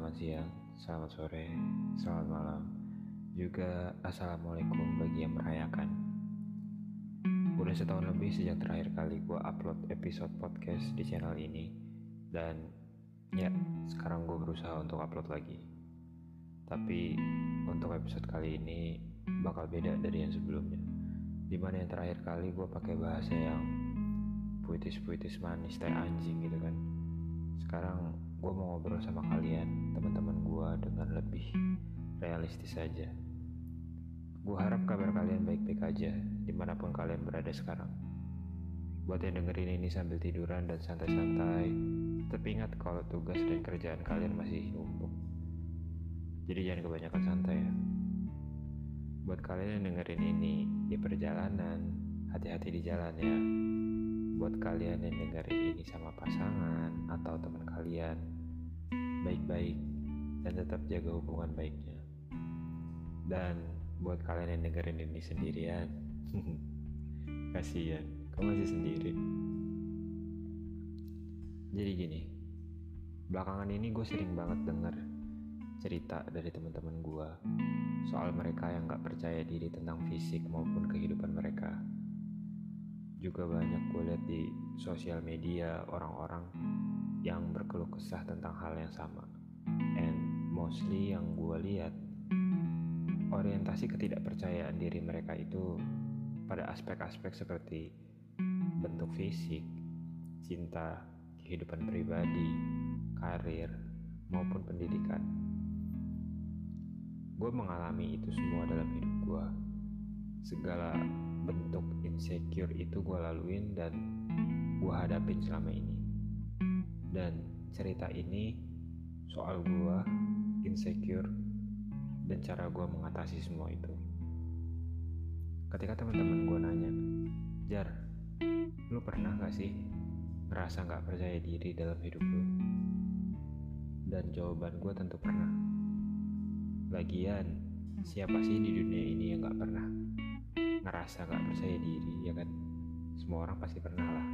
Selamat siang, selamat sore, selamat malam, juga assalamualaikum bagi yang merayakan. Udah setahun lebih sejak terakhir kali gue upload episode podcast di channel ini. Dan ya, sekarang gue berusaha untuk upload lagi. Tapi untuk episode kali ini bakal beda dari yang sebelumnya, dimana yang terakhir kali gue pakai bahasa yang puitis-puitis manis teh anjing gitu kan. Sekarang gue mau ngobrol sama kalian, teman-teman gue, dengan lebih realistis saja. Gue harap kabar kalian baik-baik aja, dimanapun kalian berada sekarang. Buat yang dengerin ini sambil tiduran dan santai-santai, tetap ingat kalau tugas dan kerjaan kalian masih numpuk. Jadi jangan kebanyakan santai ya. Buat kalian yang dengerin ini di perjalanan, hati-hati di jalan ya. Buat kalian yang dengerin ini sama pasangan atau teman kalian, baik-baik dan tetap jaga hubungan baiknya. Dan buat kalian yang dengerin ini sendirian, kasihan, kau masih sendiri. Jadi gini, belakangan ini gue sering banget denger cerita dari teman-teman gue soal mereka yang gak percaya diri tentang fisik maupun kehidupan mereka. Juga banyak gue lihat di sosial media orang-orang yang berkeluh kesah tentang hal yang sama. And mostly yang gue lihat, orientasi ketidakpercayaan diri mereka itu pada aspek-aspek seperti bentuk fisik, cinta, kehidupan pribadi, karir, maupun pendidikan. Gue mengalami itu semua dalam hidup gue. Segala bentuk insecure itu gue laluin dan gue hadapin selama ini. Dan cerita ini soal gue insecure dan cara gue mengatasi semua itu. Ketika teman-teman gue nanya, "Jar, lu pernah gak sih ngerasa gak percaya diri dalam hidup lu?" Dan jawaban gue tentu pernah. Lagian, siapa sih di dunia ini yang gak pernah ngerasa gak percaya diri, ya kan? Semua orang pasti pernah lah.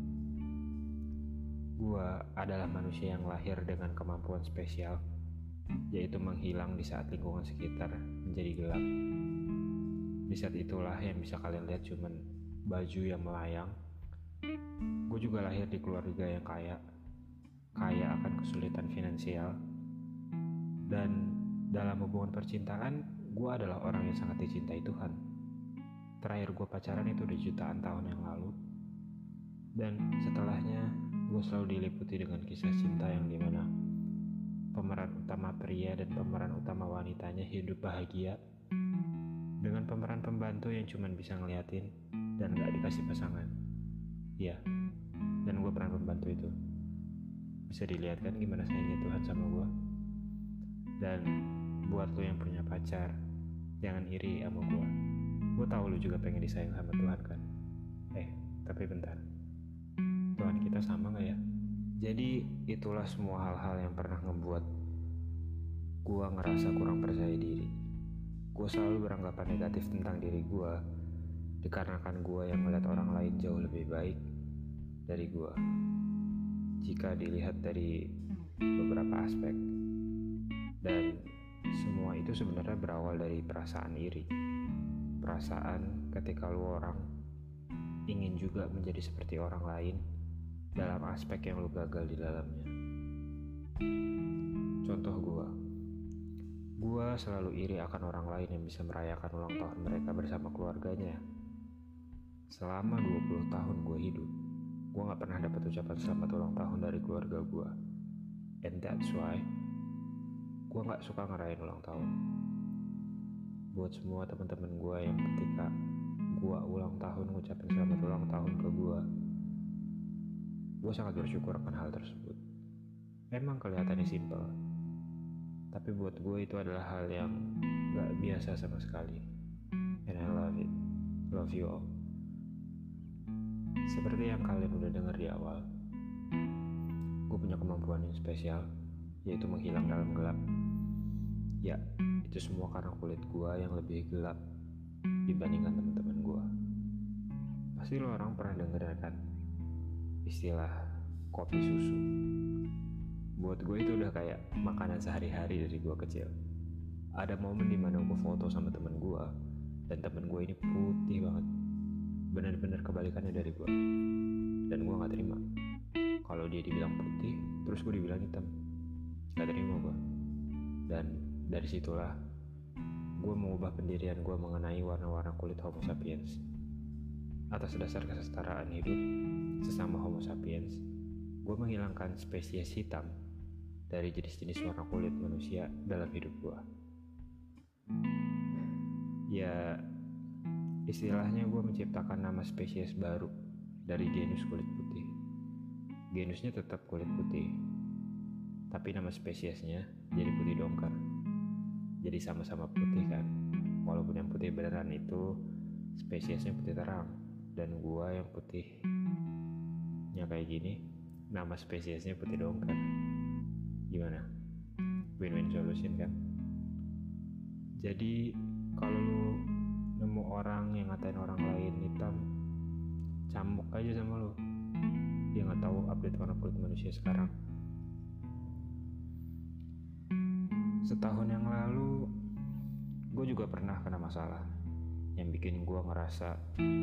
Gua adalah manusia yang lahir dengan kemampuan spesial, yaitu menghilang di saat lingkungan sekitar menjadi gelap. Di saat itulah yang bisa kalian lihat cuman baju yang melayang. Gue juga lahir di keluarga yang kaya akan kesulitan finansial. Dan dalam hubungan percintaan, gue adalah orang yang sangat dicintai Tuhan. Terakhir gue pacaran itu udah jutaan tahun yang lalu. Dan setelahnya gue selalu diliputi dengan kisah cinta yang dimana pemeran utama pria dan pemeran utama wanitanya hidup bahagia dengan pemeran pembantu yang cuma bisa ngeliatin dan gak dikasih pasangan. Iya, dan gue peran pembantu itu. Bisa dilihat kan gimana sayangnya Tuhan sama gue. Dan buat lo yang punya pacar, jangan iri sama gue. Gue tahu lu juga pengen disayang sama Tuhan kan. Tapi bentar, Tuhan kita sama gak ya? Jadi itulah semua hal-hal yang pernah ngebuat gue ngerasa kurang percaya diri. Gue selalu beranggapan negatif tentang diri gue, dikarenakan gue yang melihat orang lain jauh lebih baik dari gue, jika dilihat dari beberapa aspek. Dan semua itu sebenarnya berawal dari perasaan iri. Perasaan ketika lu orang ingin juga menjadi seperti orang lain dalam aspek yang lu gagal di dalamnya. Contoh gue selalu iri akan orang lain yang bisa merayakan ulang tahun mereka bersama keluarganya. Selama 20 tahun gue hidup, gue gak pernah dapat ucapan selamat ulang tahun dari keluarga gue. And that's why gue gak suka ngerayain ulang tahun. Buat semua teman-teman gue yang ketika gue ulang tahun ngucapin selamat ulang tahun ke gue sangat bersyukur akan hal tersebut. Memang kelihatannya simple, tapi buat gue itu adalah hal yang gak biasa sama sekali. And I love it. Love you all. Seperti yang kalian udah dengar di awal, gue punya kemampuan yang spesial, yaitu menghilang dalam gelap. Ya, itu semua karena kulit gue yang lebih gelap dibandingkan teman-teman gue. Pasti lo orang pernah denger kan istilah kopi susu. Buat gue itu udah kayak makanan sehari-hari dari gue kecil. Ada momen dimana gue foto sama temen gue, dan temen gue ini putih banget, bener-bener kebalikannya dari gue. Dan gue gak terima kalau dia dibilang putih, terus gue dibilang hitam. Gak terima gue. Dan dari situlah gue mengubah pendirian gue mengenai warna-warna kulit Homo sapiens. Atas dasar kesetaraan hidup sesama Homo sapiens, gue menghilangkan spesies hitam dari jenis-jenis warna kulit manusia dalam hidup gue. Ya, istilahnya gue menciptakan nama spesies baru dari genus kulit putih. Genusnya tetap kulit putih, tapi nama spesiesnya jadi putih dongker. Jadi sama-sama putih kan, walaupun yang putih beneran itu spesiesnya putih terang, dan gue yang putihnya kayak gini, nama spesiesnya putih dongker. Gimana? Win-win solution kan? Jadi kalau lu nemu orang yang ngatain orang lain hitam, cambuk aja sama lu. Dia nggak tahu update warna kulit manusia sekarang. Setahun yang lalu, gue juga pernah kena masalah yang bikin gue ngerasa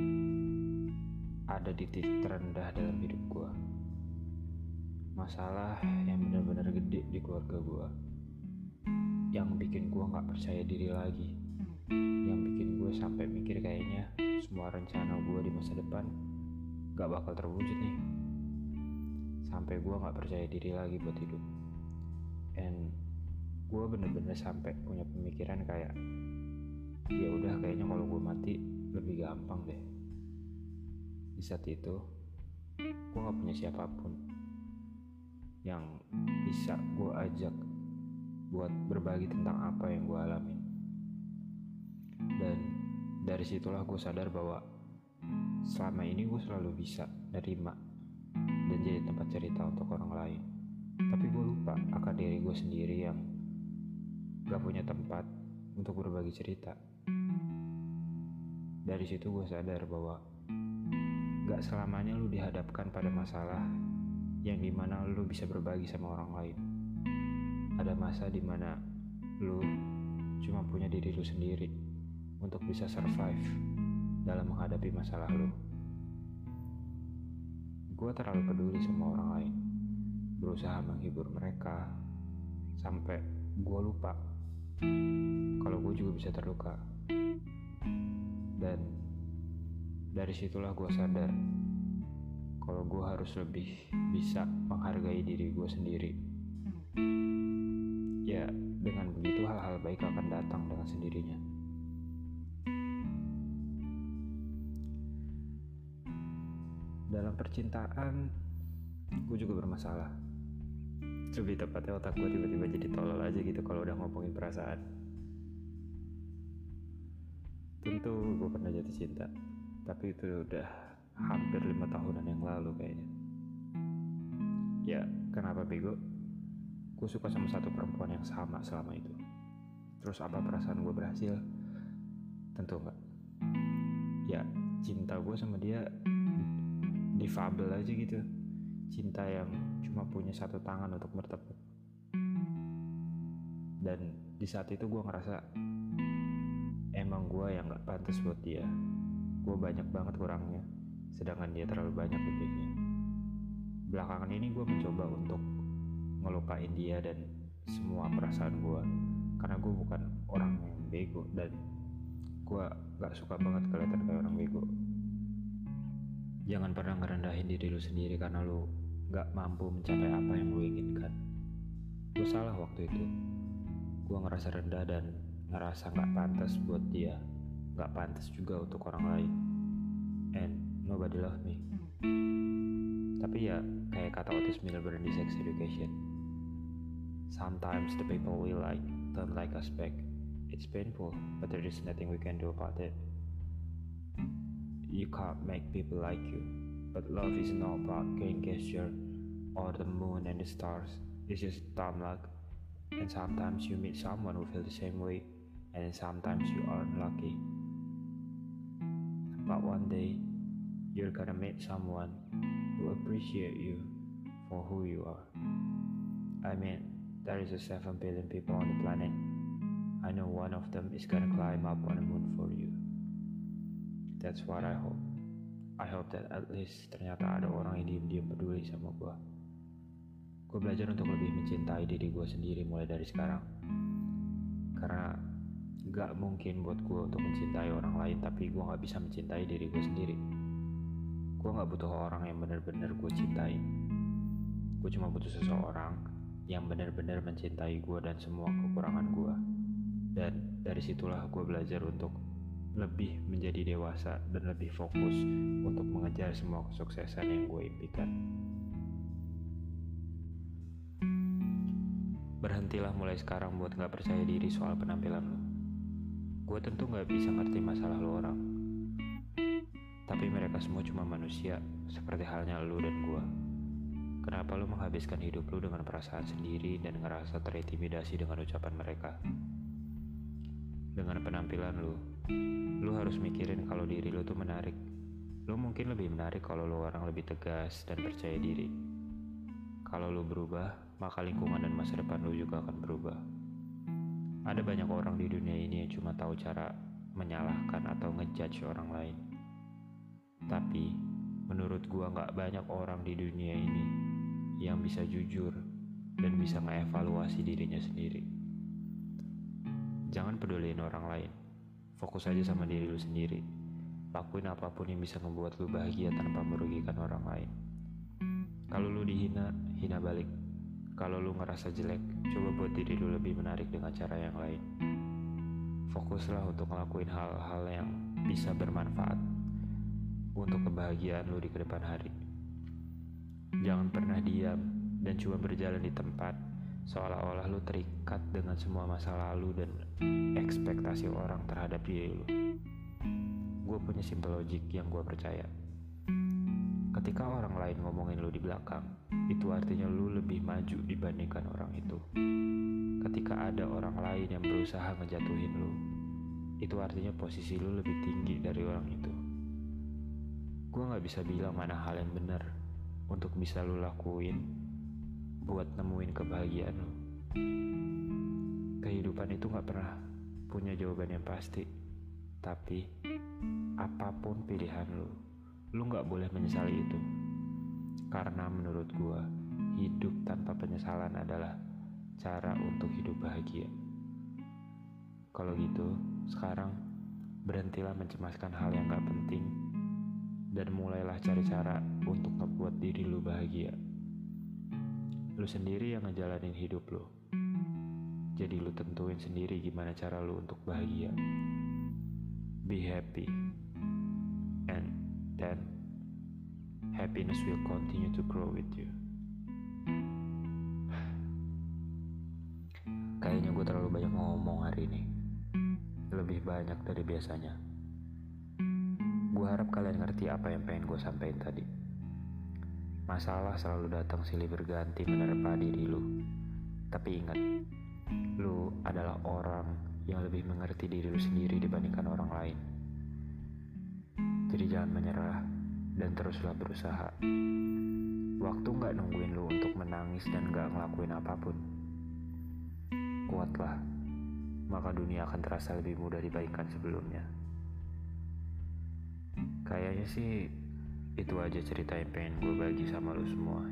ada di titik terendah dalam hidup gue. Masalah yang benar-benar gede di keluarga gue, yang bikin gue gak percaya diri lagi, yang bikin gue sampai mikir kayaknya semua rencana gue di masa depan gak bakal terwujud nih. Sampai gue gak percaya diri lagi buat hidup. And gue bener-bener sampai punya pemikiran kayak, ya udah kayaknya kalau gue mati lebih gampang deh. Di saat itu gue gak punya siapapun yang bisa gue ajak buat berbagi tentang apa yang gue alamin. Dan dari situlah gue sadar bahwa selama ini gue selalu bisa nerima dan jadi tempat cerita untuk orang lain, tapi gue lupa akan diri gue sendiri yang gak punya tempat untuk berbagi cerita. Dari situ gue sadar bahwa gak selamanya lu dihadapkan pada masalah yang dimana lu bisa berbagi sama orang lain. Ada masa dimana lu cuma punya diri lu sendiri untuk bisa survive dalam menghadapi masalah lu. Gue terlalu peduli sama orang lain, berusaha menghibur mereka, sampai gue lupa kalau gue juga bisa terluka. Dan dari situlah gue sadar kalau gue harus lebih bisa menghargai diri gue sendiri. Ya, dengan begitu hal-hal baik akan datang dengan sendirinya. Dalam percintaan, gue juga bermasalah. Lebih tepatnya otak gue tiba-tiba jadi tolol aja gitu kalau udah ngomongin perasaan. Tentu gue pernah jatuh cinta, tapi itu udah hampir 5 tahunan yang lalu kayaknya. Ya, kenapa bego? Gue suka sama satu perempuan yang sama selama itu. Terus apa perasaan gue berhasil? Tentu enggak. Ya, cinta gue sama dia difabel aja gitu. Cinta yang cuma punya satu tangan untuk bertepuk. Dan di saat itu gue ngerasa emang gue yang gak pantas buat dia. Gue banyak banget kurangnya, sedangkan dia terlalu banyak lebihnya. Belakangan ini gue mencoba untuk ngelupain dia dan semua perasaan gue, karena gue bukan orang yang bego, dan gue gak suka banget kelihatan kayak orang bego. Jangan pernah ngerendahin diri lu sendiri karena lu gak mampu mencapai apa yang lu inginkan. Gue salah waktu itu. Gue ngerasa rendah dan ngerasa gak pantas buat dia, gak pantas juga untuk orang lain. And nobody love me. Tapi ya kayak kata Otis Milburn di Sex Education, sometimes the people we like don't like us back. It's painful, but there is nothing we can do about it. You can't make people like you, but love is not about grand gesture or the moon and the stars. It's just dumb luck. And sometimes you meet someone who feels the same way, and then sometimes you are unlucky. But one day you're gonna meet someone who appreciate you for who you are. I mean, there is a 7 billion people on the planet. I know one of them is gonna climb up on the moon for you. That's what I hope. I hope that at least ternyata ada orang yang diam-diam peduli sama gue. Gue belajar untuk lebih mencintai diri gue sendiri mulai dari sekarang. Karena gak mungkin buat gue untuk mencintai orang lain tapi gue gak bisa mencintai diri gue sendiri. Gue gak butuh orang yang benar-benar gue cintai. Gue cuma butuh seseorang yang benar-benar mencintai gue dan semua kekurangan gue. Dan dari situlah gue belajar untuk lebih menjadi dewasa dan lebih fokus untuk mengejar semua kesuksesan yang gue impikan. Berhentilah mulai sekarang buat gak percaya diri soal penampilan lo. Gue tentu gak bisa ngerti masalah lo orang, tapi mereka semua cuma manusia seperti halnya lo dan gue. Kenapa lo menghabiskan hidup lo dengan perasaan sendiri dan ngerasa terintimidasi dengan ucapan mereka? Dengan penampilan lu harus mikirin kalau diri lu tuh menarik. Lu mungkin lebih menarik kalau lu orang lebih tegas dan percaya diri. Kalau lu berubah, maka lingkungan dan masa depan lu juga akan berubah. Ada banyak orang di dunia ini yang cuma tahu cara menyalahkan atau ngejudge orang lain. Tapi, menurut gua gak banyak orang di dunia ini yang bisa jujur dan bisa ngevaluasi dirinya sendiri. Jangan peduliin orang lain. Fokus aja sama diri lu sendiri. Lakuin apapun yang bisa ngebuat lu bahagia tanpa merugikan orang lain. Kalau lu dihina, hina balik. Kalau lu ngerasa jelek, coba buat diri lu lebih menarik dengan cara yang lain. Fokuslah untuk ngelakuin hal-hal yang bisa bermanfaat untuk kebahagiaan lu di kedepan hari. Jangan pernah diam dan cuma berjalan di tempat seolah-olah lu terikat dengan semua masa lalu dan ekspektasi orang terhadap diri lu. Gue punya simple logic yang gue percaya. Ketika orang lain ngomongin lu di belakang, itu artinya lu lebih maju dibandingkan orang itu. Ketika ada orang lain yang berusaha ngejatuhin lu, itu artinya posisi lu lebih tinggi dari orang itu. Gue gak bisa bilang mana hal yang benar untuk bisa lu lakuin buat nemuin kebahagiaan lo. Kehidupan itu gak pernah punya jawaban yang pasti. Tapi apapun pilihan lo gak boleh menyesali itu. Karena menurut gua, hidup tanpa penyesalan adalah cara untuk hidup bahagia. Kalau gitu, sekarang berhentilah mencemaskan hal yang gak penting dan mulailah cari cara untuk ngebuat diri lo bahagia. Lu sendiri yang ngejalanin hidup lu. Jadi lu tentuin sendiri gimana cara lu untuk bahagia. Be happy. And then happiness will continue to grow with you. Kayaknya gue terlalu banyak ngomong hari ini. Lebih banyak dari biasanya. Gue harap kalian ngerti apa yang pengen gue sampaikan tadi. Masalah selalu datang silih berganti menerpa diri lu. Tapi ingat, lu adalah orang yang lebih mengerti diri lu sendiri dibandingkan orang lain. Jadi jangan menyerah dan teruslah berusaha. Waktu gak nungguin lu untuk menangis dan gak ngelakuin apapun. Kuatlah, maka dunia akan terasa lebih mudah dibandingkan sebelumnya. Kayaknya sih itu aja cerita yang pengen gue bagi sama lo semua.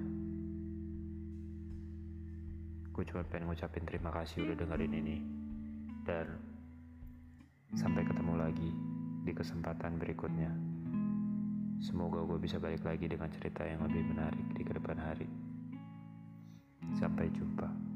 Gue cuma pengen ngucapin terima kasih udah dengerin ini. Dan sampai ketemu lagi di kesempatan berikutnya. Semoga gue bisa balik lagi dengan cerita yang lebih menarik di kedepan hari. Sampai jumpa.